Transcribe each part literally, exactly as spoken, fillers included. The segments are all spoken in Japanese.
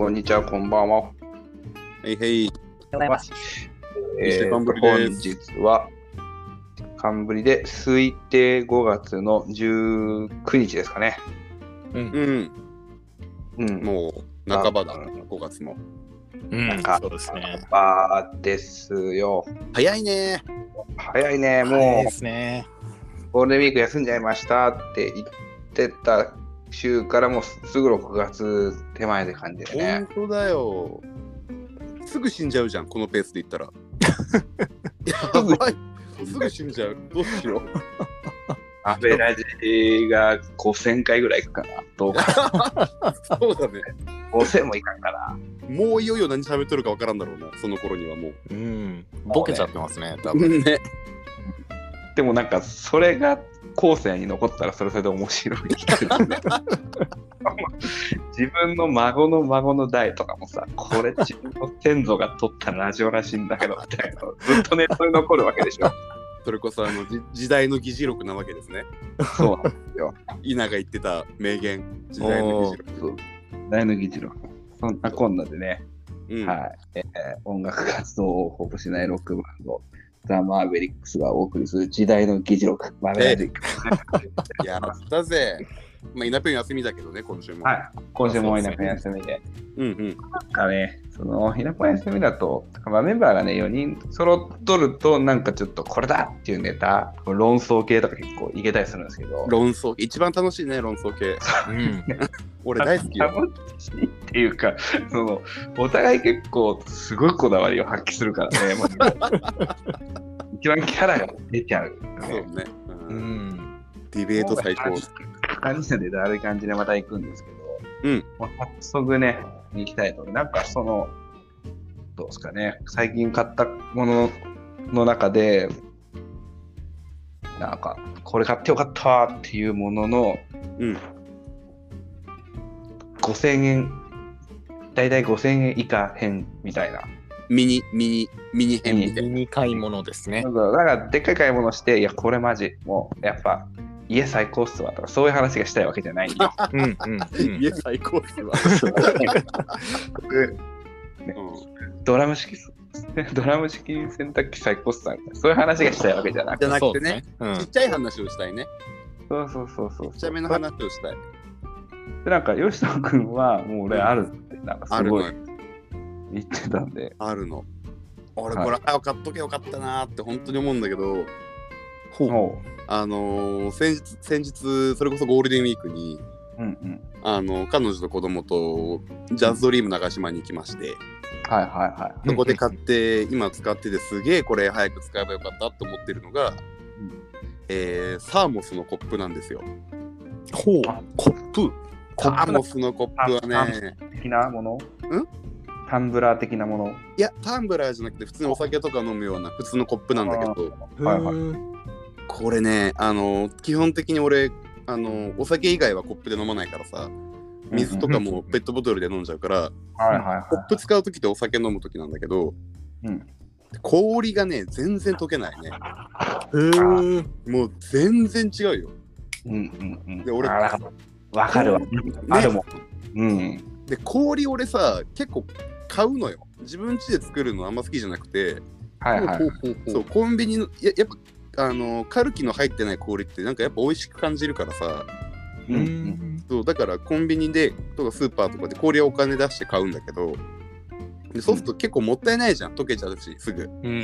こんにちは、こんばんは。 はいはい。 ございます。 えー、本日は冠で推定ごがつのじゅうくにちですかね。 うん。うん。もう半ばだ、ごがつも。 うん、そうですね。 半ばですよ。 早いね。 早いね。もう早いですね。 ゴールデンウィーク休んじゃいましたって言ってた週からもうすぐろくがつ手前で感じでね。 本当だよ。すぐ死んじゃうじゃん、このペースで言ったら。やばい。すぐ死んじゃう。どうしよう。 アベラジがごせんかいぐらいいくかな。どうかそうだね。 ごせんもいかんかな。 もういよいよ何喋っとるか分からんだろうな、その頃にはもう。 うん。ボケちゃってますね、多分ね。 でもなんかそれが後世に残ったらそれそれで面白い、ね、自分の孫の孫の代とかもさ、これ自分の先祖が撮ったラジオらしいんだけどみたいなのずっとネットに残るわけでしょ。 それこそあの時代の議事録なわけですね。 そうなんですよ。 稲が言ってた名言、時代の議事録。 時代の議事録。そんなこんなでね、うん、はい、えー、音楽活動をほぼしないロックバンドザ・マーベリックスがお送りする時代の議事録。マーベリックス。 やったぜ。まあ、稲ペン休みだけどね、今週も。 はい、今週も稲ペン休みで。 うんうん。 なんかね、その稲ペン休みだと、まあ、メンバーがね、よにん揃っとると、なんかちょっとこれだっていうネタ、論争系とか結構いけたりするんですけど。 論争、一番楽しいね、論争系。うん、俺大好きよ。 楽しいっていうか、そのお互い結構すごいこだわりを発揮するからね。一番キャラが出ちゃう、 ね。そうね。 うん。うん、 ディベート最高。 感じでだるい感じでまた行くんですけど、うん。まあ、早速ね、行きたいと思う。なんかその、どうですかね、最近買ったものの中で、なんか、これ買ってよかったっていうものの、うん、ごせんえん、だいたいごせんえん以下編みたいな。 ミニ、ミニ、ミニ編みたいな。 ミニ買い物ですね。 だからでっかい買い物して、いや、これマジ、もう、やっぱ、家最高っすわとか、そういう話がしたいわけじゃないんよ。 うんうんうん、 家最高っすわ。 僕、ね、うん、ドラム式、ドラム式洗濯機最高っすわみたいな、そういう話がしたいわけじゃなくて、 じゃなくてね、うん、ちっちゃい話をしたいね。 そうそうそうそう。 ちっちゃめの話をしたい。 で、なんか、吉野くんは、もう俺あるって、なんかすごい言ってたんで。 あるの。俺、これ、はい、あ、買っとけよかったなーって本当に思うんだけど、 ほう。 あのー、先日、先日、それこそゴールデンウィークに、うんうん、あの彼女と子供とジャズドリーム長島に行きまして、 はいはいはい。 そこで買って、今使っててすげえこれ早く使えばよかったと思ってるのが、うん、えー、サーモスのコップなんですよ。 ほう、コップサーモスのコップはね、 的なもの？ん？タンブラー的なもの？ いや、タンブラーじゃなくて普通にお酒とか飲むような普通のコップなんだけど、はいはい。これね、あの基本的に俺あのお酒以外はコップで飲まないからさ、水とかもペットボトルで飲んじゃうから、はいはいはい、コップ使うときってお酒飲むときなんだけど、うん、氷がね全然溶けないね。へー、もう全然違うよ。 うんうんうん。 で俺わかるわ。ね、あるもん。 うん。で氷俺さ結構買うのよ。自分家で作るのあんま好きじゃなくて、はいはい。そうコンビニのややっぱあのカルキの入ってない氷ってなんかやっぱ美味しく感じるからさ、うんうん、そうだからコンビニでとかスーパーとかで氷はお金出して買うんだけど、でそうすると結構もったいないじゃん、溶けちゃうしすぐ、うんうん、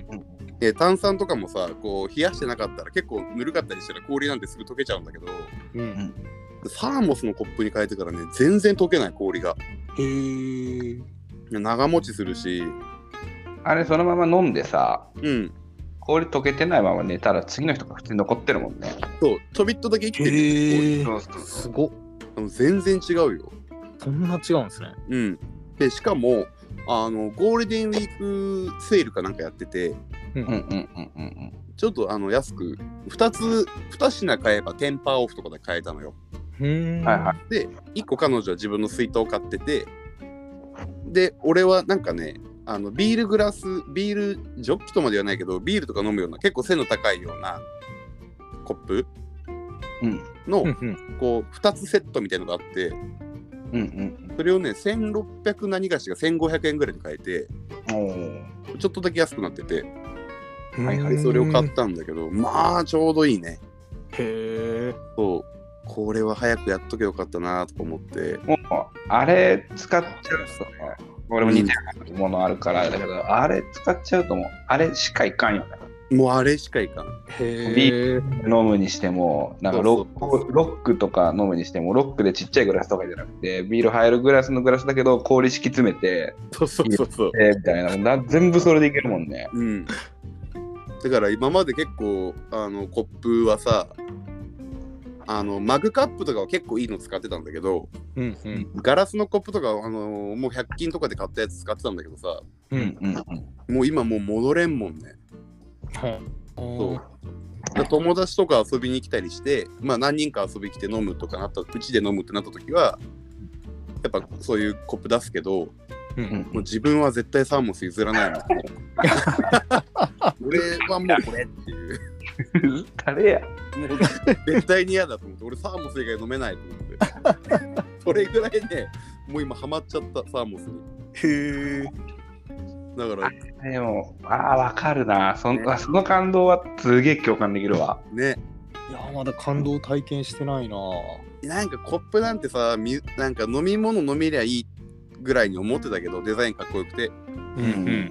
で炭酸とかもさこう冷やしてなかったら結構ぬるかったりしたら氷なんてすぐ溶けちゃうんだけど、うんうん、サーモスのコップに変えてからね全然溶けない氷が。へー、長持ちするし、 あれそのまま飲んでさ、うん、氷溶けてないまま寝たら次の人が普通に残ってるもんね。 そう、ちょびっとだけ生きてる。 へー、すごっ。 全然違うよ。 そんな違うんですね。 うん。で、しかも、あの、ゴールデンウィークセールかなんかやってて、うんうんうんうんうん。ちょっとあの安く、ふたつ、に品買えばじゅっパーセントオフとかで買えたのよ。へー。はいはい。で、いっこ彼女は自分の水筒を買ってて、で、俺はなんかね、あのビールグラス、ビールジョッキとまではないけどビールとか飲むような結構背の高いようなコップの、うん、こうふたつセットみたいなのがあって、 うんうん、 それをねせんろっぴゃく何菓子がせんごひゃくえんぐらいで買えて、おちょっとだけ安くなってて、はいはい、それを買ったんだけど、まあちょうどいいね。 へえ。 そうこれは早くやっとけよかったなとか思って。 もうあれ使っちゃうとね、俺も似てるものあるからだけど、うん、あれ使っちゃうともうあれしかいかんよね。 もうあれしかいかん。 へビール飲むにしてもなんかロッ, ロックとか飲むにしてもロックでちっちゃいグラスとかじゃなくてビール入るグラスのグラスだけど氷敷き詰めてそうそうそうそうみたいな、全部それでいけるもんね。 うん。だから今まで結構あのコップはさあのマグカップとかは結構いいの使ってたんだけど、 うんうん、 ガラスのコップとかあのもうひゃく均とかで買ったやつ使ってたんだけどさ、 うんうんうん、 もう今もう戻れんもんね。そう友達とか遊びに来たりして、まあ何人か遊びに来て飲むとかなったうちで飲むってなった時はやっぱそういうコップ出すけど、うんうん、もう自分は絶対サーモス譲らないもん俺はもうこれっていう誰やもう絶対に嫌だと思って俺サーモス以外飲めないと思ってそれぐらいねもう今ハマっちゃったサーモスに。 へえ。 だからでもああ分かるな そ, ね、その感動はすげえ共感できるわね。 いやまだ感動体験してないな。 なんかコップなんてさなんか飲み物飲めりゃいいぐらいに思ってたけどデザインかっこよくて、 うんうん、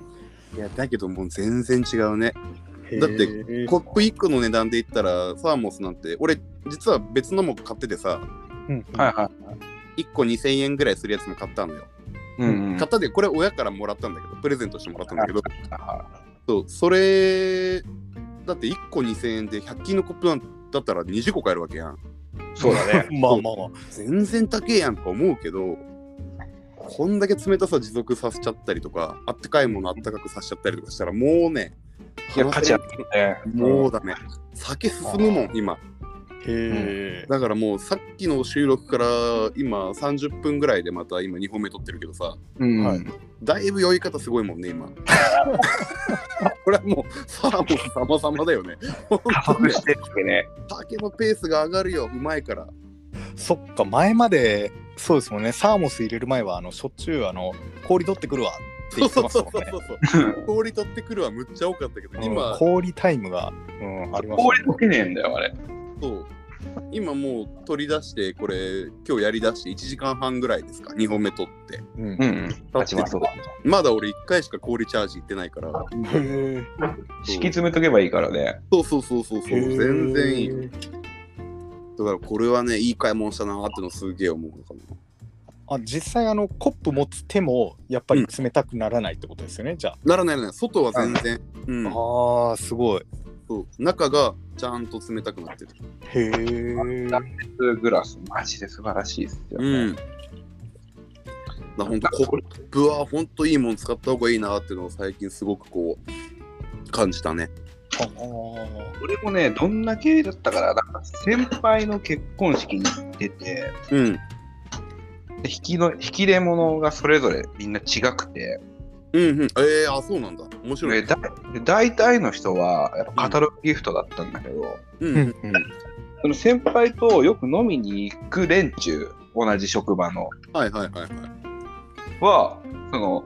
いやだけどもう全然違うね。だってコップいっこの値段で言ったらサーモスなんて俺実は別のも買っててさ、 うんうん、はいはいいっこにせんえんぐらいするやつも買ったのよ。うんうん、買ったでこれ親からもらったんだけどプレゼントしてもらったんだけどそうそれだっていっこにせんえんでひゃく均のコップなんだったらにじゅっこ買えるわけやん。 そうだねまあまあまあ全然高えやんとか思うけどこんだけ冷たさ持続させちゃったりとかあったかいものあったかくさせちゃったりとかしたらもうねいや価値あるね。 もうダメ酒進むもん今。 へえ、 うん、だからもうさっきの収録から今さんじゅっぷんぐらいでまた今にほんめ撮ってるけどさ、 うんはい、 だいぶ酔い方すごいもんね今これはもうサーモス様々だよね加速してるね。 酒のペースが上がるようまいから。 そっか前までそうですもんね。サーモス入れる前はあのしょっちゅうあの氷取ってくるわって言ってましたもんね。 そうそうそうそう氷取ってくるはむっちゃ多かったけど、うん、今氷タイムが、うん、ありました、ね、 氷溶けねえんだよあれ。 そう今もう取り出してこれ今日やり出していちじかんはんぐらいですかにほんめ取って、 うんうん、経ちますわ。 まだ俺いっかいしか氷チャージ行ってないからへー敷き詰めとけばいいからね。 そうそうそうそうそう全然いいよ。だからこれはねいい買い物したなーってのすげえ思うのかな。 あ実際あのコップ持つ手もやっぱり冷たくならないってことですよね、うん、じゃあならないならない外は全然、 うん、ああすごい。 そう中がちゃんと冷たくなってる。 へえ。 断熱グラスマジで素晴らしいですよね。うん。だ本当コップは本当いいもの使った方がいいなっていうのを最近すごくこう感じたね。 あ俺もねどんな系だったからなんか先輩の結婚式に行ってて、 うん。 で引きの引き入れ物がそれぞれみんな違くて。 うんうん、えー、あ、そうなんだ。面白い。 だ大体の人はやっぱカタログギフトだったんだけど、 うんうんうん、 その先輩とよく飲みに行く連中、同じ職場の、 はいはいはいはい、 はその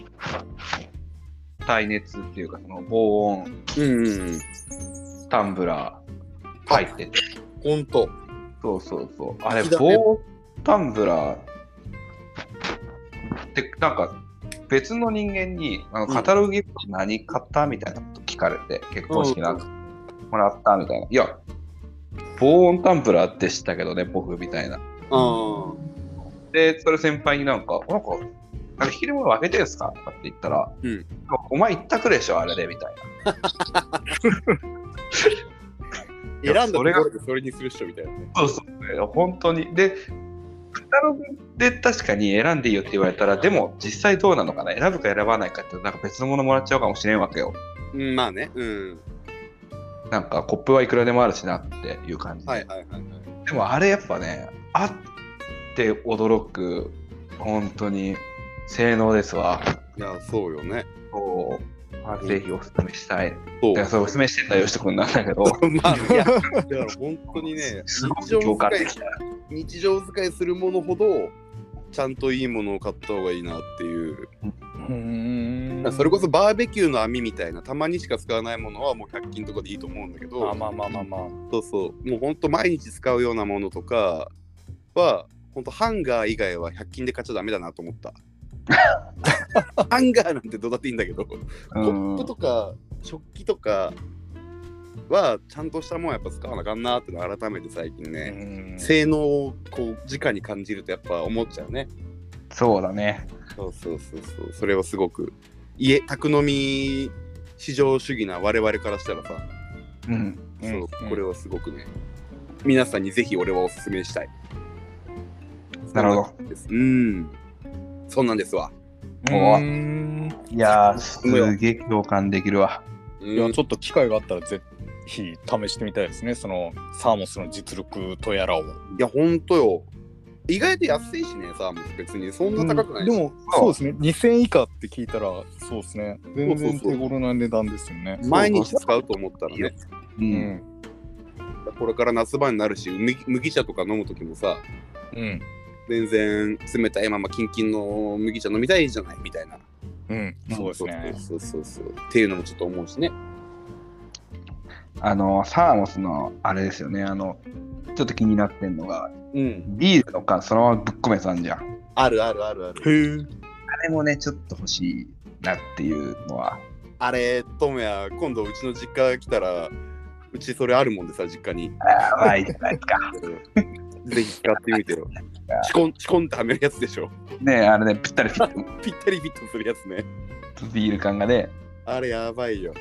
耐熱っていうかその防音、 うんうんうん、 タンブラー入ってて、 ほんと、 そうそうそう、あれ防音タンブラーってなんか別の人間にあのカタログギフト何買ったみたいなこと聞かれて、結婚式なんかもらったみたいな、いや防音タンブラーって知ったけどね僕みたいな。 あでそれ先輩になんかなんかなんか引き出物分けてんすかとかって言ったら、 うん、 お前一択でしょあれでみたいな選んだところでそれにする人みたいなね。 そうそう本当に。でカタログで確かに選んでいいよって言われたら、でも実際どうなのかな、選ぶか選ばないかってなんか別のものもらっちゃうかもしれんわけよ。 うん、まあね、うん。 なんかコップはいくらでもあるしなっていう感じで。 はいはいはいはい。 でもあれやっぱね、あって驚く本当に性能ですわ。 いやそうよね。 そう。まあ、ぜひおすすめしたい。 そう。 いやそれおすすめしてんだよしとくんなんだけど。 まあいやだから本当にね、 日常使い日常使いするものほどちゃんといいものを買った方がいいなっていう。 うーんそれこそバーベキューの網みたいなたまにしか使わないものはもうひゃく均とかでいいと思うんだけど、 あまあまあまあまあそうそうもうほんと毎日使うようなものとかはほんとハンガー以外はひゃく均で買っちゃダメだなと思ったハンガーなんてどうだっていいんだけど、コップとか食器とかはちゃんとしたもんやっぱ使わなあかんなっての改めて最近ね、性能をこう直に感じるとやっぱ思っちゃうね。 そうだね。 そうそうそうそう、それはすごく家宅飲み至上主義な我々からしたらさ、 うん、 そう、うん、これはすごくね、皆さんにぜひ俺はおすすめしたい。 なるほど。 うん、そんなんですわ。 おいやー、すげえ共感できるわ。 いや、ちょっと機会があったらぜひ試してみたいですね、そのサーモスの実力とやらを。いや、ほんとよ。意外と安いしね、サーモス別にそんな高くないし、 うん、でもそうですね、にせんえん以下って聞いたらそうですね、全然手頃な値段ですよね。 毎日使うと思ったらね、 うん、 これから夏場になるし、麦茶とか飲むときもさ、うん、全然冷たいままキンキンの麦茶飲みたいじゃないみたいな。 うん、そうですね。 そうそうそうそうっていうのもちょっと思うしね。 あのサーモスのあれですよね、あのちょっと気になってんのが、 うん、 ビールの缶そのままぶっ込めさんじゃん。 あるあるあるある。 へえ。あれもねちょっと欲しいなっていうのは。 あれともや今度うちの実家来たらうちそれあるもんでさ、実家に。 ああ、まあいいじゃないですか。 ぜひ使ってみてよ。チコンチコンってはめるやつでしょ。 ねえ、あれね、ぴったりフィット。 ぴったりフィットするやつね。 ビール缶がね。 あれやばいよ。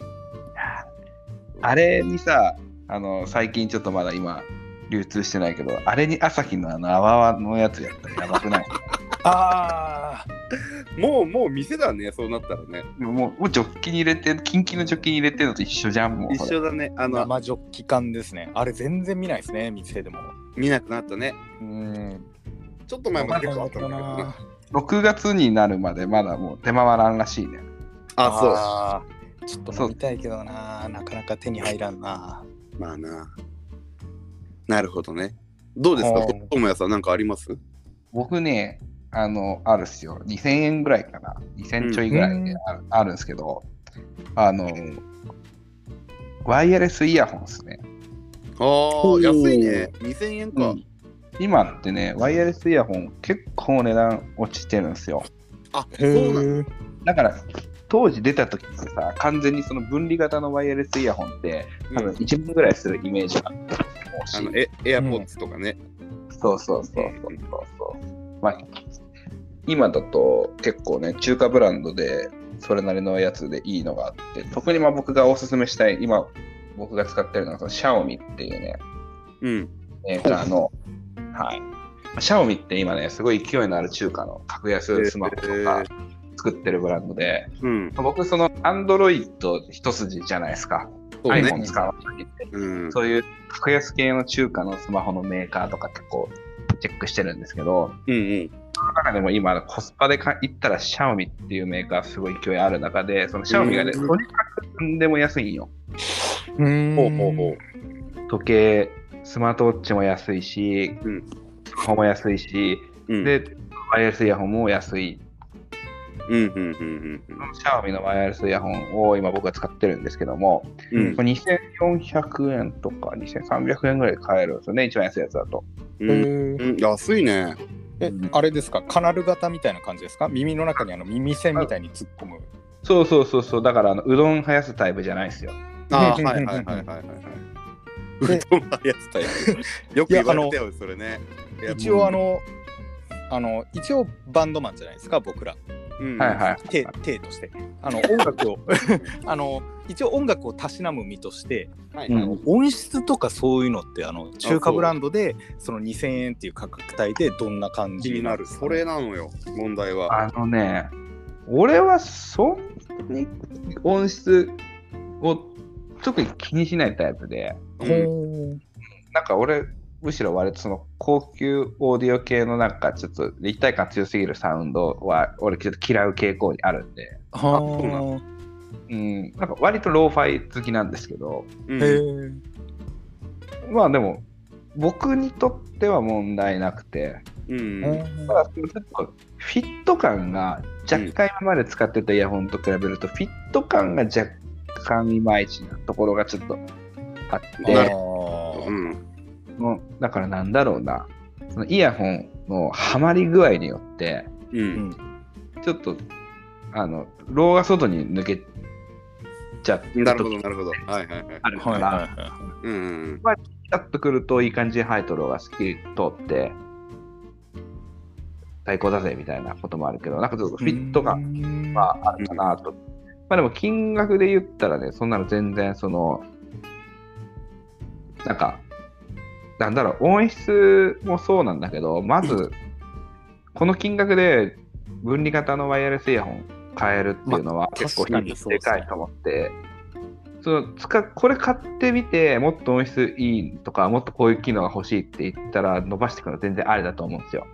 あれにさ、あの最近ちょっとまだ今流通してないけど、あれに朝日のあの泡泡のやつやったらやばくない？ ああ、 もうもう店だね、そうなったらね。 もうもうジョッキに入れて、キンキンのジョッキに入れてるのと一緒じゃん、もう。 一緒だね。 あの生ジョッキ缶ですね。あれ全然見ないですね、店でも。 見なくなったね。 うん。 ちょっと前まで結構あったんだけどな。 ろくがつになるまでまだもう出回らんらしいね。 あ、 そう。ちょっと飲みたいけどな、なかなか手に入らんな。 まあな。なるほどね。どうですか、ともやさん、なんかあります？ 僕ね、あの、あるっすよ。にせんえんぐらいかな。にせんちょいぐらいである、うん、あるんですけど、あの、ワイヤレスイヤホンですね。 ああ、安いね。にせんえんか、うん。 今ってね、ワイヤレスイヤホン結構値段落ちてるんですよ。 あ、そうなの？ だから、当時出た時ってさ、完全にその分離型のワイヤレスイヤホンって、多分いちまんぐらいするイメージがあった。 あのエエアポッツとかね、 うん。そうそうそうそうそう。まあ、今だと結構ね、中華ブランドでそれなりのやつでいいのがあって、特にまあ僕がおすすめしたい、今僕が使ってるのはそのシャオミっていうね、 うん、 メーカーの、はい。シャオミって今ね、すごい勢いのある中華の格安スマホとか作ってるブランドで、 えーうん、 僕その Android 一筋じゃないですか。ね、iPhone 使わないって、うん、そういう格安系の中華のスマホのメーカーとか結構チェックしてるんですけど、 うんうん、 その中でも今コスパでか言ったらシャオミっていうメーカーすごい勢いある中で、そのシャオミがね、うん、とにかく何でも安いんよ。 うーん、 ほうほうほう。 時計、スマートウォッチも安いし、うん、スマホも安いし、うん、で、ワイヤレスイヤホンも安い。 うんうんうんうん、 シャオミのワイヤレスイヤホンを今僕は使ってるんですけども、うん、にせんよんひゃくえんとかにせんさんびゃくえんぐらいで買えるんですよね、一番安いやつだと。 うん、安いね。 え、うん、あれですか、カナル型みたいな感じですか？耳の中にあの耳栓みたいに突っ込む。 そうそうそうそう、だからあのうどん生やすタイプじゃないですよ。 ああ、はいはいはいはいはいはい。うどん生やすタイプ。よく言われたよ、それね。 一応あの、あの、一応バンドマンじゃないですか、僕ら。 うん、はいはい。 手としてあの音楽をあの一応音楽をたしなむ身として、はい、あの音質とかそういうのってあの中華ブランドでそのにせんえんっていう価格帯でどんな感じになる？それなのよ、問題は。 あのね、俺はそんなに音質を特に気にしないタイプで、 うん、 なんか俺むしろ割とその高級オーディオ系のなんかちょっと立体感強すぎるサウンドは俺ちょっと嫌う傾向にあるんで、 あ、そうなの？ うん、なんか割とローファイ好きなんですけど、 うん、へー。 まあでも僕にとっては問題なくて、 うん。 ただちょっとフィット感が若干今まで使ってたイヤホンと比べると、フィット感が若干いまいちなところがちょっとあって、うん、もうだからなんだろうな、そのイヤホンのハマり具合によって、うん、ちょっとあのローが外に抜けちゃって、 なるほどなるほど、はいはいはい、 あるから、うん、まあピタッとくるといい感じにハイとローがスッキリ通って最高だぜみたいなこともあるけど、なんかちょっとフィット感はあるかなと。まあでも金額で言ったらね、そんなの全然そのなんかなんだろう、音質もそうなんだけど、まずこの金額で分離型のワイヤレスイヤホン買えるっていうのは結構でかいと思って、その使これ買ってみてもっと音質いいとかもっとこういう機能が欲しいって言ったら伸ばしていくの全然ありだと思うんですよ。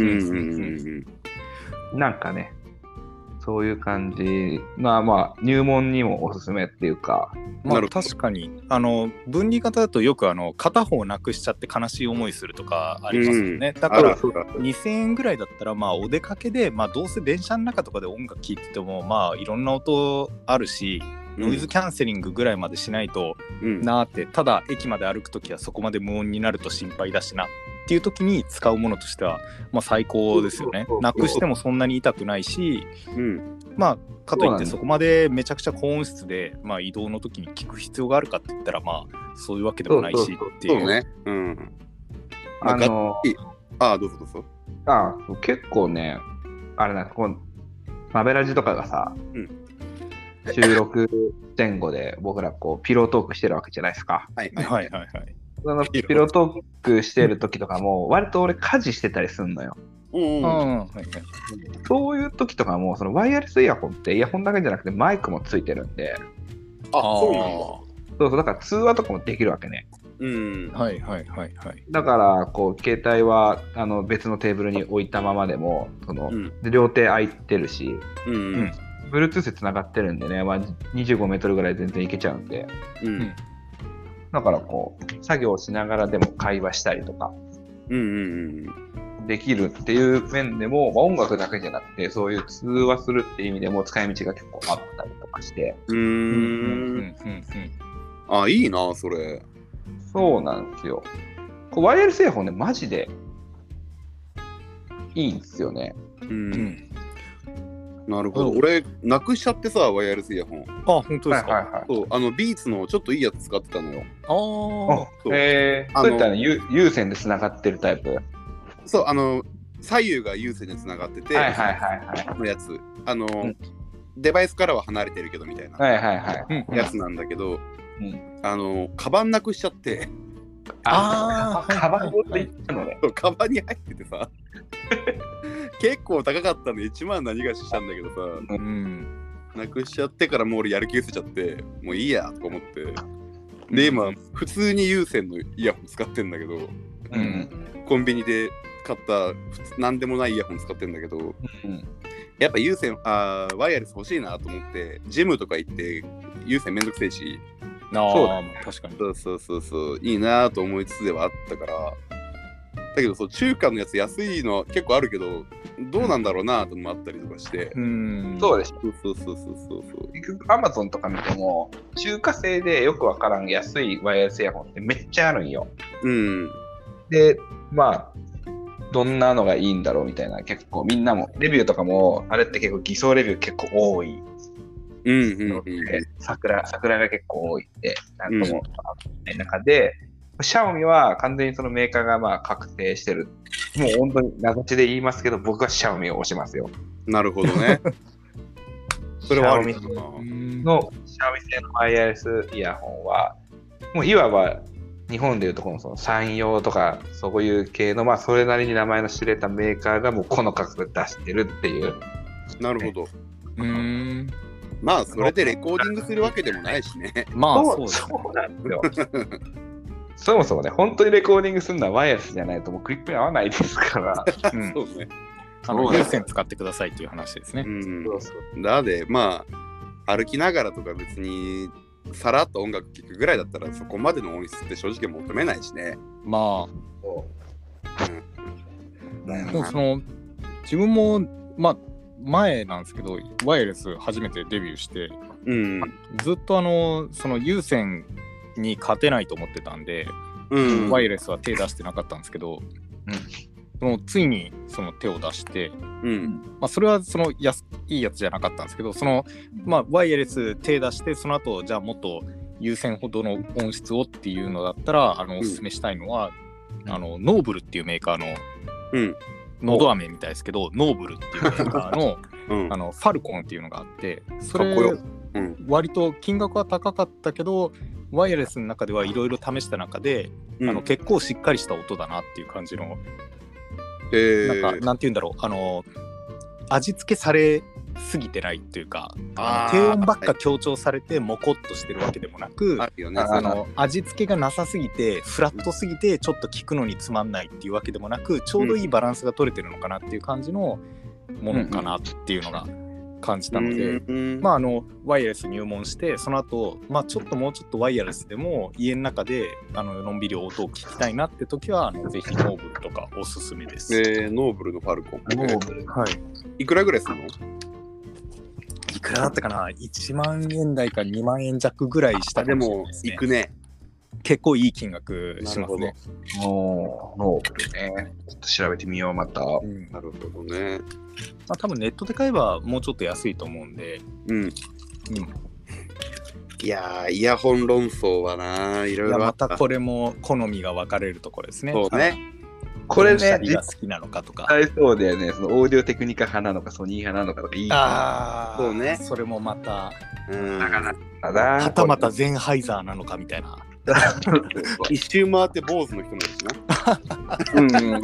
なんかね、そういう感じが、まあ、入門にもおすすめっていうか、 まあ、確かにあの分離型だとよくあの片方なくしちゃって悲しい思いするとかありますよね、うん、だからにせんえんぐらいだったらまあお出かけで、まあ、どうせ電車の中とかで音楽聴いててもまあいろんな音あるしノイズキャンセリングぐらいまでしないとなーって、うん、ただ駅まで歩くときはそこまで無音になると心配だしなっていう時に使うものとしては、まあ、最高ですよね。なくしてもそんなに痛くないし、うん、まあかといってそこまでめちゃくちゃ高音質で、まあ、移動の時に聞く必要があるかって言ったらまあそういうわけでもないしっていう。 そうね。うん。あのああどうぞどうぞ。 ああ結構ねあれなんかこうマベラジとかがさ、うん、収録前後で僕らこうピロートークしてるわけじゃないですか。 はいはいはいはい。 そのピロートークしてる時とかも割と俺家事してたりすんのよ。うんうんはいはい、そういう時とかもそのワイヤレスイヤホンってイヤホンだけじゃなくてマイクもついてるんで、 あそうなんだ。 そうそうだから通話とかもできるわけね。 うんはいはいはいはい。 だからこう携帯はあの別のテーブルに置いたままでもその、うん、両手空いてるし、うんうん、Bluetooth でつながってるんでね、まあ、にじゅうごメートルぐらい全然いけちゃうんで、うん、だからこう作業しながらでも会話したりとか、うんうんうん、できるっていう面でも、まあ、音楽だけじゃなくてそういう通話するっていう意味でも使い道が結構あったりとかして、うーん、うんうんうん、 あいいなそれ。 そうなんですよ。こうワイヤレスイヤホンねマジでいいんですよね。うん、うんなるほど、うん、俺なくしちゃってさワイヤレスイヤホン。 あ本当ですか。 はいはいはい、そうあのビーツのちょっといいやつ使ってたのよ。 ああへえー、そういったら有線でつながってるタイプ。 そうあの左右が有線でつながってて、 はいはいはいはい、 のやつあの、うん、デバイスからは離れてるけどみたいな、 はいはいはい、 やつなんだけど、うん、あのカバンなくしちゃって。 ああカバンごといったのね。 カバンに入っててさ結構高かったのいちまん何がししたんだけどさ、うん、なくしちゃってからもう俺やる気失せちゃってもういいやとか思ってで今普通に有線のイヤホン使ってんだけど、うん、コンビニで買った普通なんでもないイヤホン使ってんだけど、うん、やっぱ有線あワイヤレス欲しいなと思ってジムとか行って有線めんどくせえしあそうだ、ね、確かにそうそうそうそういいなと思いつつではあったからだけどそう中華のやつ安いのは結構あるけどどうなんだろうなともあったりとかして、 うん、そうです。 そうそうそうそうそう結局 Amazon とか見ても中華製でよくわからん安いワイヤレスイヤホンってめっちゃあるんよ。うん。でまあどんなのがいいんだろうみたいな結構みんなもレビューとかもあれって結構偽装レビュー結構多い。うんうんうん、桜, 桜が結構多いってなんとも、うん、中でシャオミは完全にそのメーカーがまあ確定してるもう本当に名指しで言いますけど僕はシャオミを推しますよ。 なるほどねそれはあるかな。 シャオミのシャオミ製のワイヤレスイヤホンはもういわば日本でいうとこのその山陽とかそういう系のまあそれなりに名前の知れたメーカーがもうこの価格で出してるっていう。 なるほど、ね、うーんまあそれでレコーディングするわけでもないしね。 まあそう、そうなんですよ。そもそもね本当にレコーディングするのはワイヤレスじゃないともうクリップに合わないですから。うん、 そうね。あの有線使ってくださいという話ですね。うん、 そうそうだでまあ歩きながらとか別にさらっと音楽聴くぐらいだったらそこまでの音質って正直求めないしね。 まあ。そう。 うんだよな。 でもその自分もまあ前なんですけどワイヤレス初めてデビューして、 うん、 ずっとあのその有線に勝てないと思ってたんで、 うん、 ワイヤレスは手出してなかったんですけど、うん、そのついにその手を出して、 うんまあ、それはそのやすいいやつじゃなかったんですけど、その、まあ、ワイヤレス手出してその後じゃあもっと有線ほどの音質をっていうのだったらあのおすすめしたいのは、うん、あのノーブルっていうメーカーの、 うん、 のど飴みたいですけどノーブルっていうメーカーの、うん、あのファルコンっていうのがあってそれうん、割と金額は高かったけどワイヤレスの中ではいろいろ試した中で、うん、あの結構しっかりした音だなっていう感じの、 えー、 なんかなんて言うんだろうあの味付けされすぎてないっていうか低音ばっか強調されてモコっとしてるわけでもなく、 あるよね、 あの味付けがなさすぎてフラットすぎてちょっと聞くのにつまんないっていうわけでもなくちょうどいいバランスが取れてるのかなっていう感じのものかなっていうのが感じたので、うん、まああのワイヤレス入門してその後、まあちょっともうちょっとワイヤレスでも家の中であののんびり音を聞きたいなって時はあのぜひノーブルとかおすすめです。 えー、ノーブルのファルコン。 ノーブル、はい。 いくらぐらいするの？ いくらだったかな、いちまんえん台かにまんえん弱ぐらいしたかもしれないですね。 でも、いくね。 結構いい金額しますね。 おー、ノーブルね。ちょっと調べてみよう、また。うん、なるほどね。 まあ、多分ネットで買えばもうちょっと安いと思うんで。 うん。うん、いやー、イヤホン論争はな、いろいろあった。 またこれも好みが分かれるところですね。 そうね。 これね、 が好きなのかとか。 そうだよね。そのオーディオテクニカ派なのかソニー派なのかとかいい。 ああ、 そうね。 それもまた。 うん。 はたまたゼンハイザーなのかみたいな。 一周回って坊主の人もいるしな。うん。なる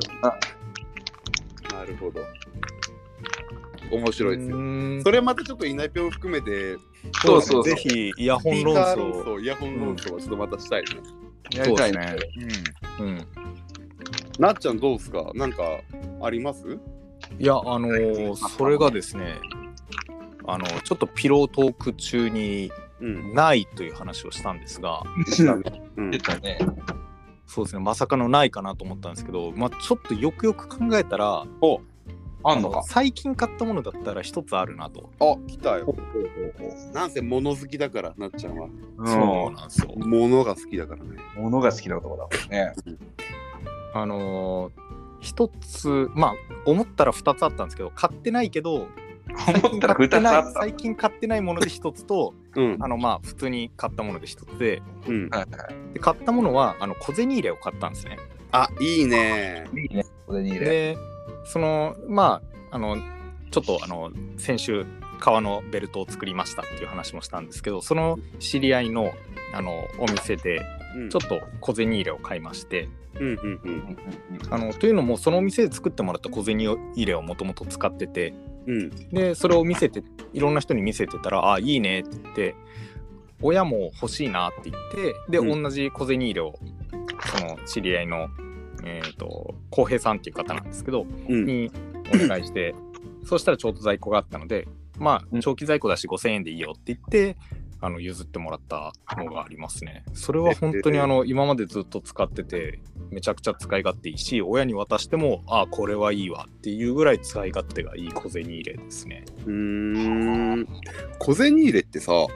ほど。面白いですよ。それまたちょっといないぴょん含めて、 そうそう、ぜひイヤホン論争、 イヤホン論争はちょっとまたしたいね。 やりたいね。 うん。うん。 なっちゃんどうですか？なんかあります？ いや、あのー、それがですね、あのちょっとピロートーク中にないという話をしたんですが、 うん、出たね。 そうですね、まさかのないかなと思ったんですけど、まあ、ちょっとよくよく考えたら、 おあんのか。 最近買ったものだったら一つあるなと。 あ、来たよ。なんせ物好きだから、なっちゃんは。 うん、そうなんですよ。 物が好きだからね。 物が好きな男だもんね。 あのー、一つ、まあ、思ったら二つあったんですけど、買ってないけど、 思ったら二つあった。 最近買ってないもので一つと、うん、あのまあ普通に買ったもので一つで、うん、で買ったものはあの小銭入れを買ったんですね。 あ、いいね。 いいね。小銭入れ。 で、そのまああのちょっとあの先週革のベルトを作りましたっていう話もしたんですけど、その知り合いのあのお店でちょっと小銭入れを買いまして、うんうんうん、あのというのもそのお店で作ってもらった小銭入れをもともと使ってて、うん、でそれを見せていろんな人に見せてたら、あ、いいねって言って親も欲しいなって言ってで、うん、同じ小銭入れをその知り合いのえーと浩平さんっていう方なんですけど、うん、にお願いしてそうしたらちょうど在庫があったので、まあ長期在庫だしごせんえんでいいよって言ってあの譲ってもらったのがありますね。それは本当にあの今までずっと使っててめちゃくちゃ使い勝手いいし、親に渡してもあこれはいいわっていうぐらい使い勝手がいい小銭入れですね。 うーん、小銭入れってさ、はい、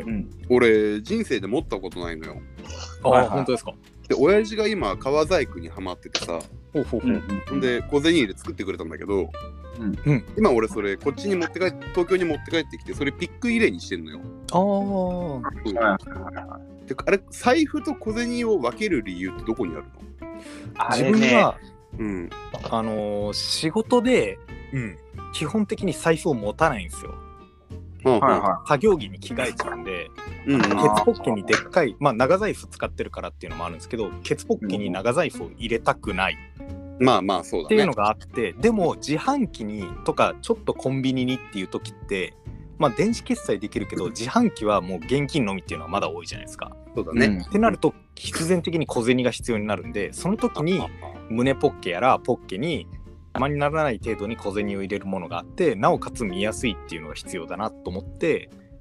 うん、俺人生で持ったことないのよ。 あ、はいはい、本当ですか。 で親父が今革細工にハマっててさ、ほうほうほう、うん、で小銭入れ作ってくれたんだけど、うん、今俺それこっちに持って帰って東京に持って帰ってきてそれピック入れにしてんのよ。 ああ、 であれ財布と小銭を分ける理由ってどこにあるの？ あれね、自分は、うん、あのー、仕事で、うん、基本的に財布を持たないんですよ。はいはい、作業着に着替えちゃうんで、うん、ケツポッケにでっかい、まあ、長財布使ってるからっていうのもあるんですけど、ケツポッケに長財布を入れたくない、 うん、まあまあそうだねっていうのがあって、でも自販機にとかちょっとコンビニにっていう時って、まあ、電子決済できるけど自販機はもう現金のみっていうのはまだ多いじゃないですか。 そうだね、うん、 ってなると必然的に小銭が必要になるんで、その時に胸ポッケやらポッケに邪魔にならない程度に小銭を入れるものがあって、なおかつ見やすいっていうのが必要だなと思って、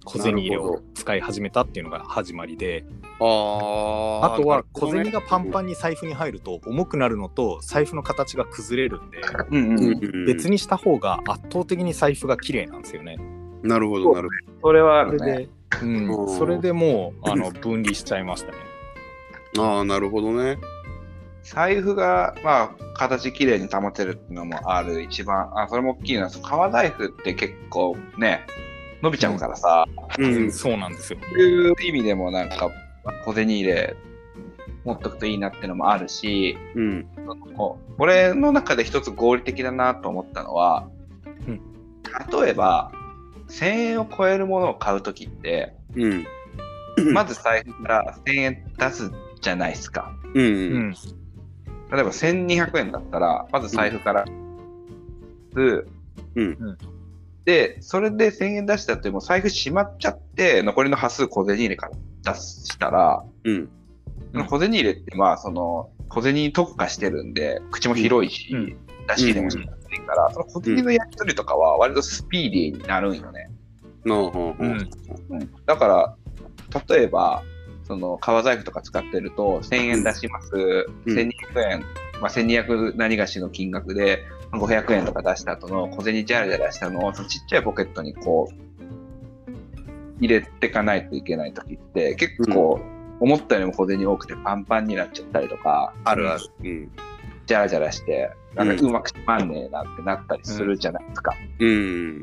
小銭入れを使い始めたっていうのが始まりで、 ああとは小銭がパンパンに財布に入ると重くなるのと財布の形が崩れるんで、うんうん、別にした方が圧倒的に財布が綺麗なんですよね。 なるほどなるほど。 それはあるね。 それで、うん、それでもうあの分離しちゃいましたね。 ああ、なるほどね。 財布が、まあ、形きれいに保てるっていうのもある。一番、あ、それも大きいのは、革財布って結構ね、伸びちゃうからさ。 うん、うん、そうなんですよ。 そういう意味でもなんか、小銭入れ持っとくといいなっていうのもあるし、うん、俺の中で一つ合理的だなと思ったのは、うん、例えば、せんえんを超えるものを買うときって、うん、まず財布からせんえん出すじゃないですか。うんうん例えばせんにひゃくえんだったら、まず財布から、うん、うん、で、それでせんえん出したってもう財布閉まっちゃって、残りの端数小銭入れから出したら、うん、その小銭入れってまあその小銭に特化してるんで、口も広いし、うん、出し入れもしやすいから、うん、その小銭のやり取りとかは割とスピーディーになるんよね。うんうんうん、だから、例えば、その革財布とか使ってるとせんえん出します、うん、せんにひゃくえん、まあ、せんにひゃく何がしの金額でごひゃくえんとか出した後の小銭ジャラジャラしたのをそのちっちゃいポケットにこう入れていかないといけない時って結構思ったよりも小銭多くてパンパンになっちゃったりとか、 あるある、うん、 ジャラジャラしてなんかうまくしまんねえなってなったりするじゃないですか、うんうん、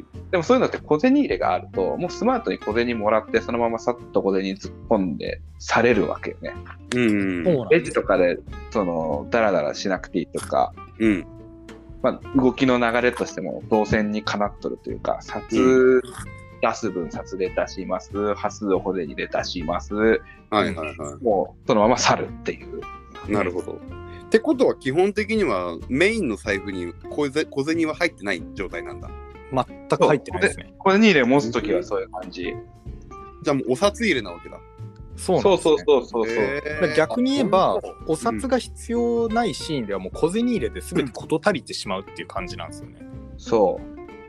でもそういうのって小銭入れがあるともうスマートに小銭もらってそのままさっと小銭突っ込んでされるわけよね、うん、レジとかでそのダラダラしなくていいとか、うんまあ、動きの流れとしても動線にかなっとるというか札、うん、出す分札で出します端数を小銭で出します、はいはいはい、もうそのまま去るっていう。 なるほど。ってことは基本的にはメインの財布に小銭は入ってない状態なんだ。 全く入ってないですね。 小銭入れ持つときはそういう感じ。 じゃあもうお札入れなわけだ。 そうなんですね。 そうそうそうそうそう。 逆に言えばお札が必要ないシーンではもう小銭入れで全て事足りてしまうっていう感じなんですよね。 そう。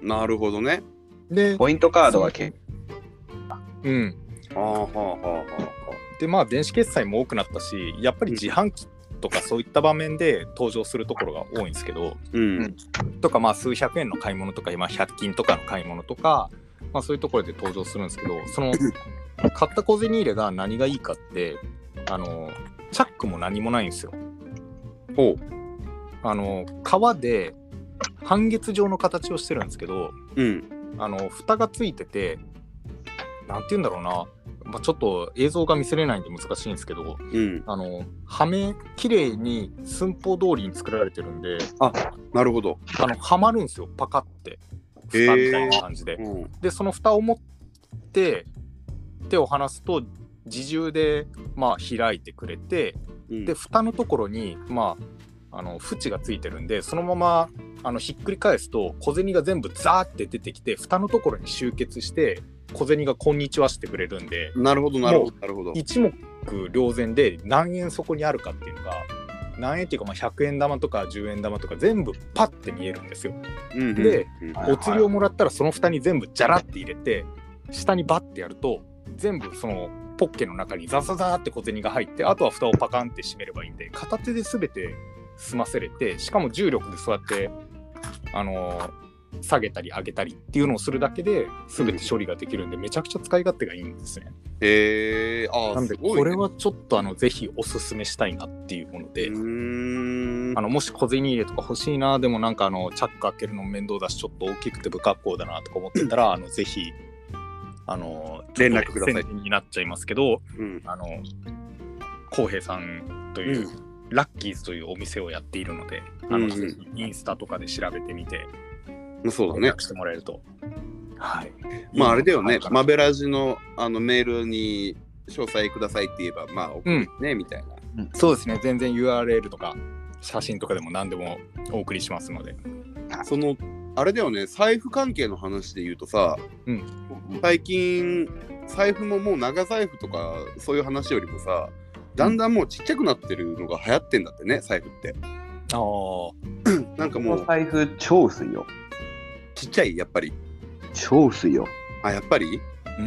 なるほどね。 で、ポイントカードは結構。うん。ああはあはあはあ。でまあ電子決済も多くなったし、やっぱり自販機とかそういった場面で登場するところが多いんですけど、うん、とかまあ数百円の買い物とか今ひゃく均とかの買い物とか、まあ、そういうところで登場するんですけど、その買った小銭入れが何がいいかってあのチャックも何もないんですよ。おあの革で半月状の形をしてるんですけど、うん、あの蓋がついててなんて言うんだろうな、まあ、ちょっと映像が見せれないんで難しいんですけど、うん、あのはめ綺麗に寸法通りに作られてるんで、 あ、なるほど、 あのはまるんですよ、パカって蓋みたいな感じで、うん、でその蓋を持って手を離すと自重でまあ開いてくれて、うん、で蓋のところにまああの縁がついてるんで、そのままあのひっくり返すと小銭が全部ザーって出てきて蓋のところに集結して小銭がこんにちはしてくれるんで、 なるほどなるほどなるほど、 一目瞭然で何円そこにあるかっていうのが、何円っていうかまあひゃくえん玉とかじゅうえん玉とか全部パッて見えるんですよ、うんうん、で、うん、お釣りをもらったらその蓋に全部ジャラって入れて下にバッてやると全部そのポッケの中にザザザーって小銭が入って、あとは蓋をパカンって閉めればいいんで片手で全て済ませれて、しかも重力でそうやってあのー下げたり上げたりっていうのをするだけで全て処理ができるんで、めちゃくちゃ使い勝手がいいんですね。 へえー、あー、 なんでこれはちょっとあのぜひおすすめしたいなっていうもので、うーん、あのもし小銭入れとか欲しいな、でもなんかあのチャック開けるの面倒だしちょっと大きくて不格好だなとか思ってたらあのぜひあの連絡ください。 になっちゃいますけど、うん、あの浩平さんという、うん、ラッキーズというお店をやっているので、あの、うんうん、インスタとかで調べてみて。 そうだね。 してもらえると。はい。 まああれだよね。マベラジのあのメールに詳細くださいって言えばまあ送るね、うん、みたいな、 うん。そうですね。全然 ユーアールエル とか写真とかでも何でもお送りしますので。 そのあれだよね。財布関係の話で言うとさ、うん、最近財布ももう長財布とかそういう話よりもさ、だんだんもうちっちゃくなってるのが流行ってんだってね、財布って。ああ。なんかもう財布超薄いよ。 ちっちゃい、やっぱり。 超薄いよ。 あ、やっぱりうん。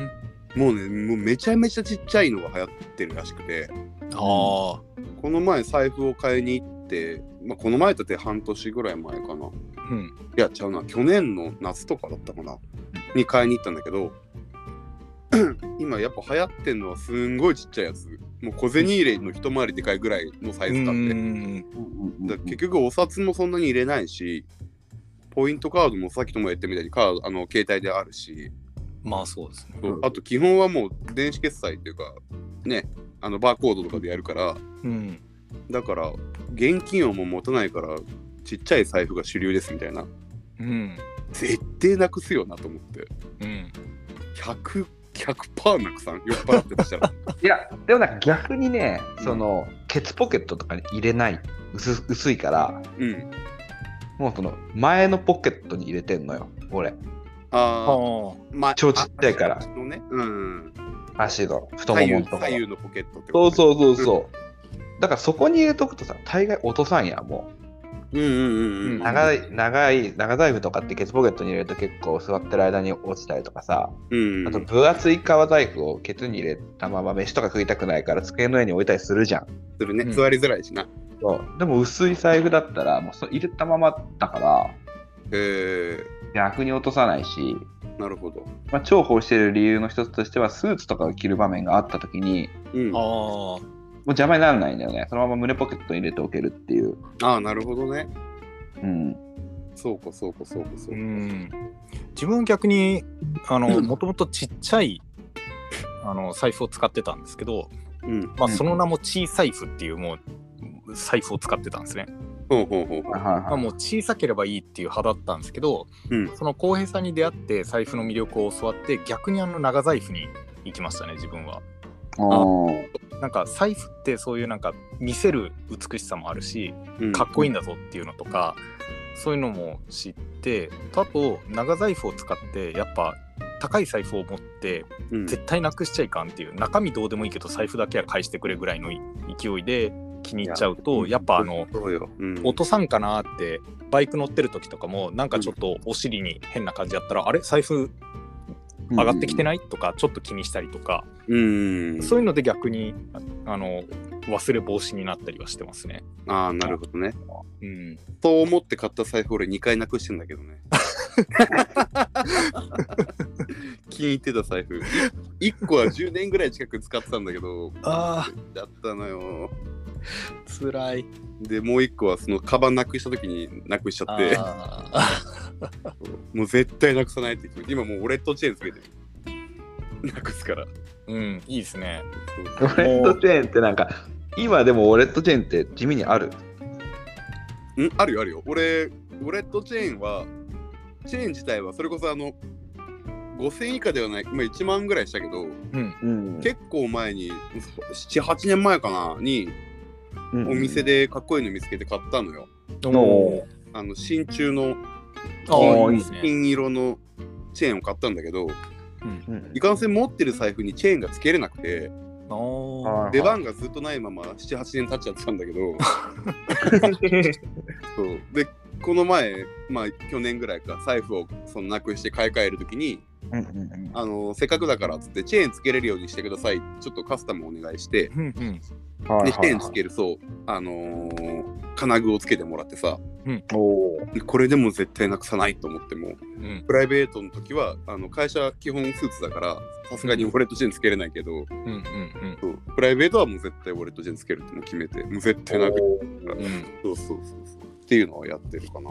もうね、もうめちゃめちゃちっちゃいのが流行ってるらしくて。 ああ。 この前財布を買いに行って、まあ、この前だって半年ぐらい前かな。うん。いや、ちゃうな。去年の夏とかだったかな。に買いに行ったんだけど、今やっぱ流行ってんのはすんごいちっちゃいやつ。もう小銭入れの一回りでかいぐらいのサイズ感で。だ結局お札もそんなに入れないし、ポイントカードもさっきとも言ったみたいにカードあの携帯であるし。 まあそうですね。 あと基本はもう電子決済っていうかね、あのバーコードとかでやるから、うん、だから現金をもう持たないからちっちゃい財布が主流ですみたいな、うん、絶対なくすよなと思って、うん、ひゃく、ひゃくパーセントなくさん酔っ払ってましたらいやでもなんか逆にね、その、うん、ケツポケットとかに入れない 薄, 薄いから、うん、もうその前のポケットに入れてんのよ俺。ああ、まあ、超ちっちゃいから。足のね、うん、足の太ももとか。 左右のポケットってこと、ね、そうそうそうそう。だからそこに入れとくとさ、大概落とさんやもう。うんうんうんうん。長い長い長財布とかってケツポケットに入れると結構座ってる間に落ちたりとかさ。うん、あと分厚い革財布をケツに入れたまま飯とか食いたくないから机の上に置いたりするじゃん。 するね。座りづらいしな。 そう。でも薄い財布だったらもうそ入れたままだから。へえ。逆に落とさないし、 なるほど。 まあ、重宝している理由の一つとしてはスーツとかを着る場面があったときに、うん、あもう邪魔にならないんだよね。そのまま胸ポケットに入れておけるっていう。 ああ、なるほどね。 うん。 そうかそうかそうかそうか。うん、 自分は逆にあのもともとちっちゃいあの財布を使ってたんですけど、うんまあ、その名も小財布っていうもう財布を使ってたんですね。ほうほうほうほうまあ、もう小さければいいっていう派だったんですけど、うん、その浩平さんに出会って財布の魅力を教わって逆にあの長財布に行きましたね自分は。あなんか財布ってそういうなんか見せる美しさもあるし、うん、かっこいいんだぞっていうのとか、うん、そういうのも知って、あと長財布を使ってやっぱ高い財布を持って絶対なくしちゃいかんっていう、うん、中身どうでもいいけど財布だけは返してくれぐらいの勢いで気に入っちゃうと、やっぱあの、うん、落とさんかなってバイク乗ってる時とかもなんかちょっとお尻に変な感じやったら、うん、あれ財布上がってきてない、うん、とかちょっと気にしたりとか、うん、そういうので逆にあの忘れ防止になったりはしてますね。 ああなるほどね、うん、そう思って買った財布俺にかいなくしてんだけどね気に入ってた財布いっこはじゅうねんぐらい近く使ってたんだけどあだったのよ。 つらい。 でもう一個はそのカバンなくした時になくしちゃってもう絶対なくさないって言って今もうウォレットチェーンつけてるなくすから。 うんいいですね。 ウォレットチェーンってなんか今でもウォレットチェーンって地味にある？ んあるよあるよ。俺ウォレットチェーンはチェーン自体はそれこそあのごせんえん以下ではない、まあ、いちまんぐらいしたけど、うんうん、結構前にななはちねんまえかなにお店でかっこいいの見つけて買ったのよ。うん、あの真鍮の金色のチェーンを買ったんだけど、うん、いかんせん持ってる財布にチェーンがつけれなくて、出番がずっとないままななはちねん経っちゃってたんだけどそうでこの前、まあ去年ぐらいか財布をそのなくして買い替えるときに、うんうんうん、あのせっかくだからっつってチェーンつけれるようにしてください、ちょっとカスタムお願いして、うんうん、でチェーンつけるそうあのー、金具をつけてもらってさ、うん、これでも絶対なくさないと思っても、うん、プライベートの時はあの会社基本スーツだからさすがにウォレットチェーンつけれないけど、うんうんうん、そうプライベートはもう絶対ウォレットチェーンつけるってもう決めてもう絶対なく、うん、そうそうそうそうっていうのをやってるかな。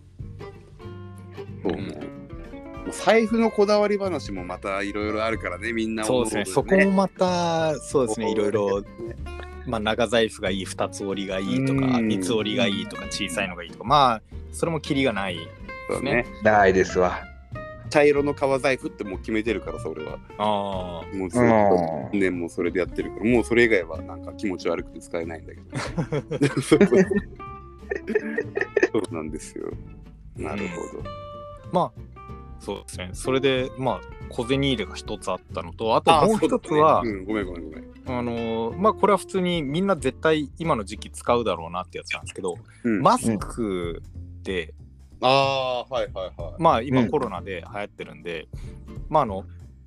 そうね、うん、財布のこだわり話もまたいろいろあるからねみんな、ね、 そうですねそこもまたそうですねいろいろ、まあ、長財布がいいふたつ折りがいいとかみつ折りがいいとか小さいのがいいとかまあそれもキリがないですね。 ないですわ。 茶色の革財布ってもう決めてるからさ俺は。ああもうずっと年もそれでやってるからもうそれ以外はなんか気持ち悪くて使えないんだけどそうなんですよ。なるほど。 うん、まあそうですね。それでまあ小銭入れが一つあったのと、あともう一つは、 ねうん、ごめんごめんごめん。 あのー、まあこれは普通にみんな絶対今の時期使うだろうなってやつなんですけど、うん、マスクで、 うん、ああはいはいはい。 まあ今コロナで流行ってるんで、うん、まああの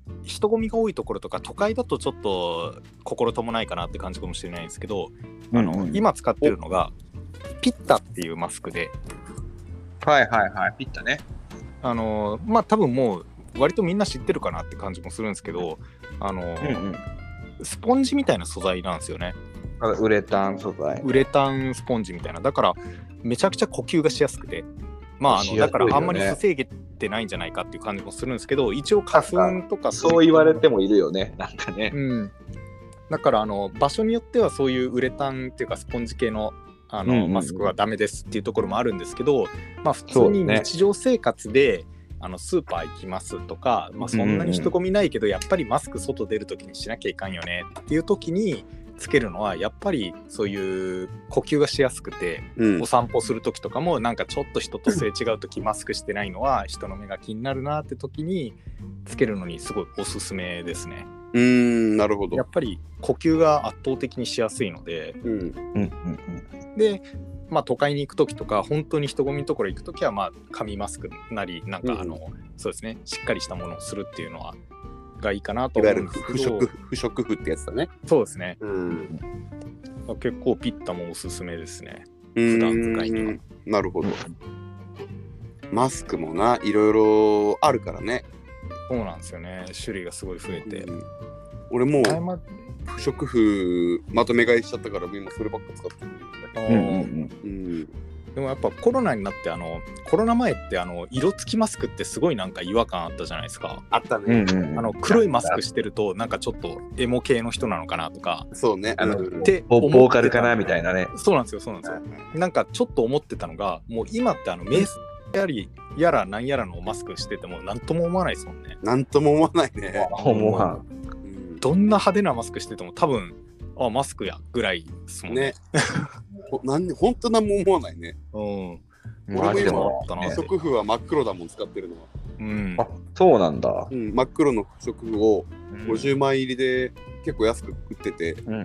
人混みが多いところとか都会だとちょっと心ともないかなって感じかもしれないんですけど、あの、うん、今使ってるのがピッタっていうマスクで、 はいはいはい、ピッタね。 あのまあ多分もう割とみんな知ってるかなって感じもするんですけど、あの、うんうん、スポンジみたいな素材なんですよね。 ウレタン素材。 ウレタンスポンジみたいな。だからめちゃくちゃ呼吸がしやすくて、まあ、あのだからあんまり防げてないんじゃないかっていう感じもするんですけど、一応花粉とかそう言われてもいるよね、なんかね。 うん、だからあの場所によってはそういうウレタンっていうかスポンジ系のあの、うんうん、マスクはダメですっていうところもあるんですけど、まあ、普通に日常生活で、ね、あのスーパー行きますとか、まあ、そんなに人混みないけど、うんうん、やっぱりマスク外出るときにしなきゃいかんよねっていうときにつけるのはやっぱりそういう呼吸がしやすくて、うん、お散歩するときとかもなんかちょっと人とすれ違うときマスクしてないのは人の目が気になるなってときにつけるのにすごいおすすめですね。 うーん、なるほど。 やっぱり呼吸が圧倒的にしやすいので、うんうんうんうん、で、まあ、都会に行くときとか本当に人混みのところ行くときはまあ紙マスクなりなんかあの、うん、そうですね、しっかりしたものをするっていうのはがいいかなと思うんですけど、不織不織布ってやつだね。 そうですね、うん、結構ピッタもおすすめですね、普段使いには。 なるほど。マスクもないろいろあるからね。 そうなんですよね、種類がすごい増えて、うん、 俺もう不織布まとめ買いしちゃったから今そればっか使ってるんだけど、うんうんうん、 でもやっぱコロナになってあのコロナ前ってあの色付きマスクってすごいなんか違和感あったじゃないですか。 あったね、 うんうん、あの黒いマスクしてるとなんかちょっとエモ系の人なのかなとか、 そうね、 あのってボーカルかなみたいなね。 そうなんですよそうなんですよ、うん、なんかちょっと思ってたのがもう今ってあのメースやりやらなんやらのマスクしててもなんとも思わないですもんね。 なんとも思わないね。 思わん。 どんな派手なマスクしてても多分あマスクやぐらいですもんね。ねなんで本当なんも思わないね。うん。俺も今不織布は真っ黒だもん使ってるのは。 うん。あ、そうなんだ。 うん、真っ黒の不織布をごじゅうまん入りで結構安く売ってて、うんうん、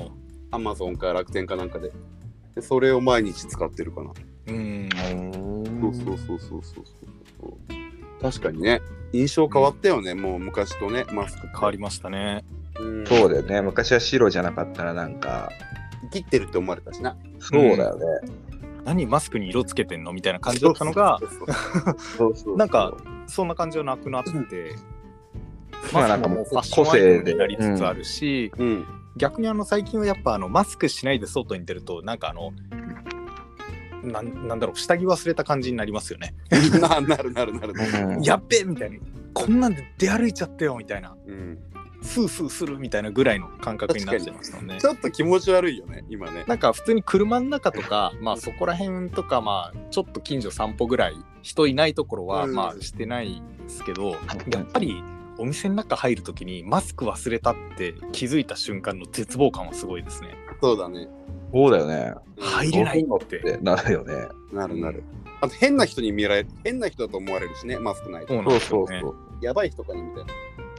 アマゾンか楽天かなんかで、でそれを毎日使ってるかな。うん。そうそうそうそうそうそう。確かにね、印象変わったよね、うん、もう昔とね、マスク変わりましたね。 うん、そうだよね、昔は白じゃなかったらなんか切ってるって思われたしな。 そうだよね、 うん、何マスクに色つけてんのみたいな感じだったのがなんかそんな感じはなくなって、うん、マスクもファッションアイテムになりつつあるし、うんうん、逆にあの最近はやっぱあのマスクしないで外に出るとなんかあのな, なんだろう下着忘れた感じになりますよね。 な, なるなるなるなる。やっべえみたいな、こんなんで出歩いちゃってよみたいな、うん、スースーするみたいなぐらいの感覚になっちゃいましたね。 ちょっと気持ち悪いよね今ね。 なんか普通に車の中とかまあそこら辺とかまあちょっと近所散歩ぐらい人いないところはまあしてないですけど、うん、やっぱりお店の中入るときにマスク忘れたって気づいた瞬間の絶望感はすごいですね。 そうだね。 そうだよね。 入れないってなるよね。 なるなる。あと変な人に見られる、変な人だと思われるしね、マスクないと。 そうそうそう。 やばい人かなみたいな。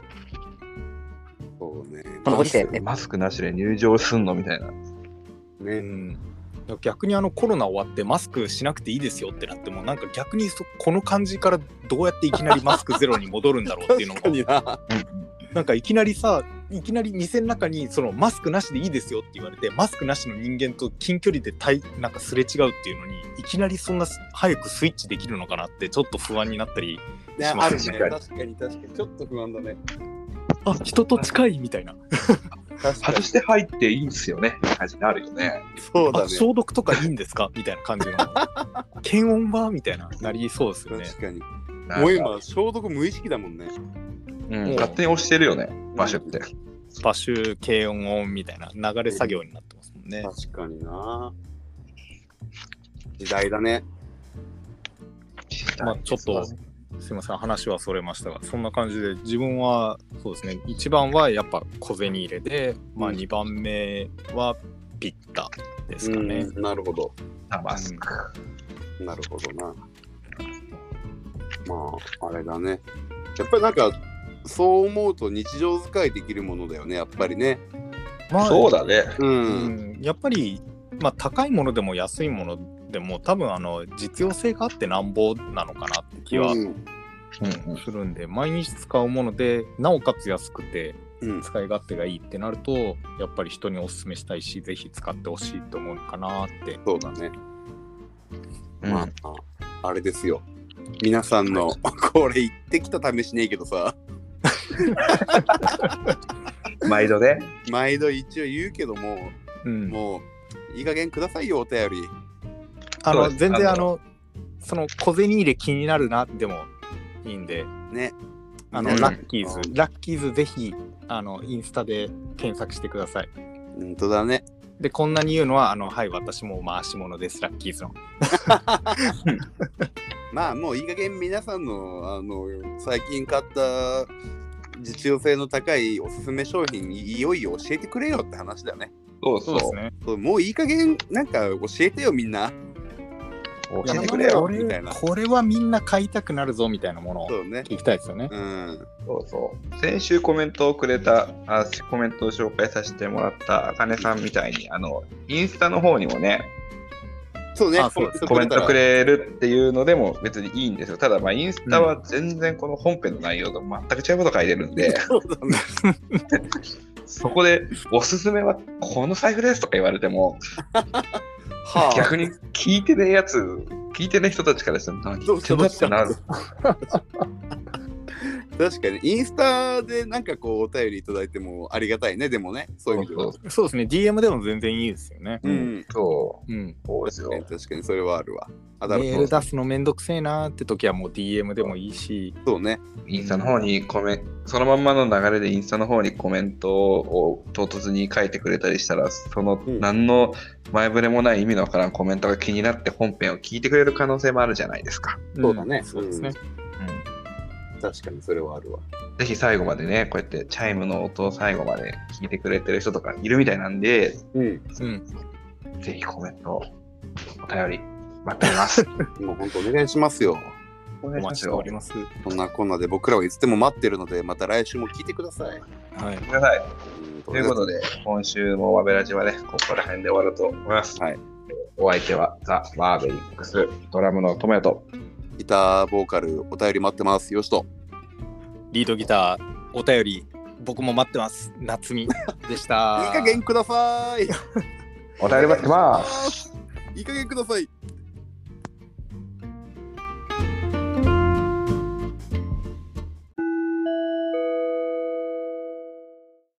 そうね。 マスク、マスクなしで入場すんのみたいな。ね。 うん。逆にあのコロナ終わってマスクしなくていいですよってなってもなんか逆にそこの感じからどうやっていきなりマスクゼロに戻るんだろうっていうのがな, なんかいきなりさいきなり店の中にそのマスクなしでいいですよって言われてマスクなしの人間と近距離で対なんかすれ違うっていうのにいきなりそんな早くスイッチできるのかなってちょっと不安になったりしますね。 あるね。確かに確かにちょっと不安だね。 あ人と近いみたいな。 外して入っていいんですよね感じになるよね。 そうだね。 消毒とかいいんですかみたいな感じの検温はみたいななりそうですよね。 確かに。もう今消毒無意識だもんね。 うん、勝手に押してるよね場所って。 場所検温音みたいな流れ作業になってますもんね。 確かにな。時代だね。 まあちょっとすいません話はそれましたがそんな感じで自分はそうですねいちばんはやっぱ小銭入れで、うん、まあにばんめはピッタですかね。 なるほど。 マスク、 うん、なるほどな。まああれだねやっぱりなんかそう思うと日常使いできるものだよねやっぱりね。 まあ、そうだね、 うん、やっぱり、まあ、高いものでも安いものでも多分あの実用性があってなんぼなのかなって気はするんで、毎日使うものでなおかつ安くて使い勝手がいいってなると、うん、やっぱり人におすすめしたいし、ぜひ使ってほしいと思うかなって。 そうだね。まあ、うん、あれですよ。皆さんのこれ言ってきた試しねえけどさ。 毎度ね。 毎度一応言うけども、うん、もういい加減くださいよお便り。 あの全然あのその小銭入れ気になるなでもいいんでね。 あの、うん、ラッキーズ、うん、ラッキーズぜひあのインスタで検索してください。 本当だね。 でこんなに言うのはあのはい私も回し物ですラッキーズの。 まあもういい加減皆さんのあの最近買った実用性の高いおすすめ商品いよいよ教えてくれよって話だよね。 そうそうですね。 もういい加減なんか教えてよみんな。 教えてくれよみたいな。これはみんな買いたくなるぞみたいなものを聞きたいですよね。 うん。 そうそう。先週コメントをくれたあコメントを紹介させてもらったあかねさんみたいにあのインスタの方にもね。 そうね、 そうコメントくれるっていうのでも別にいいんですよ。ただ、まあ、インスタは全然この本編の内容と全く違うこと書いてるんで、そうだね、そこでおすすめはこの財布ですとか言われても、はあ、逆に聞いてねえやつ、聞いてねえ人たちからしたら何言ってんだってなる。 確かにインスタでなんかこうお便りいただいてもありがたいね。でもね、そういう意味ではそうですね。 ディーエム でも全然いいですよね。 うん、 そう、 うん、 そうですよ。 確かにそれはあるわ。 メール出すのめんどくせえなーって時はもう ディーエム でもいいし、 そうね。 インスタの方にコメント、そのまんまの流れでインスタの方にコメントを唐突に書いてくれたりしたら、その何の前触れもない意味のわからんコメントが気になって本編を聞いてくれる可能性もあるじゃないですか。 そうだね。 そうですね。 うん、確かにそれはあるわ。 ぜひ最後までね、こうやってチャイムの音を最後まで聞いてくれてる人とかいるみたいなんで、 うんうん、 ぜひコメント、お便り待っております。 もう本当お願いしますよ。 お待ちしております。 こんなこんなで僕らはいつでも待ってるので、また来週も聞いてください。 はい。 ください。ということで、今週もワベラジはね、ここら辺で終わると思います。 はい。 お相手はザ・マーベリックス、ドラムのトメと、 ギターボーカルお便り待ってます。よしと。 リードギターお便り僕も待ってます。夏美でした。 いい加減ください。 お便り待ってます。 いい加減ください。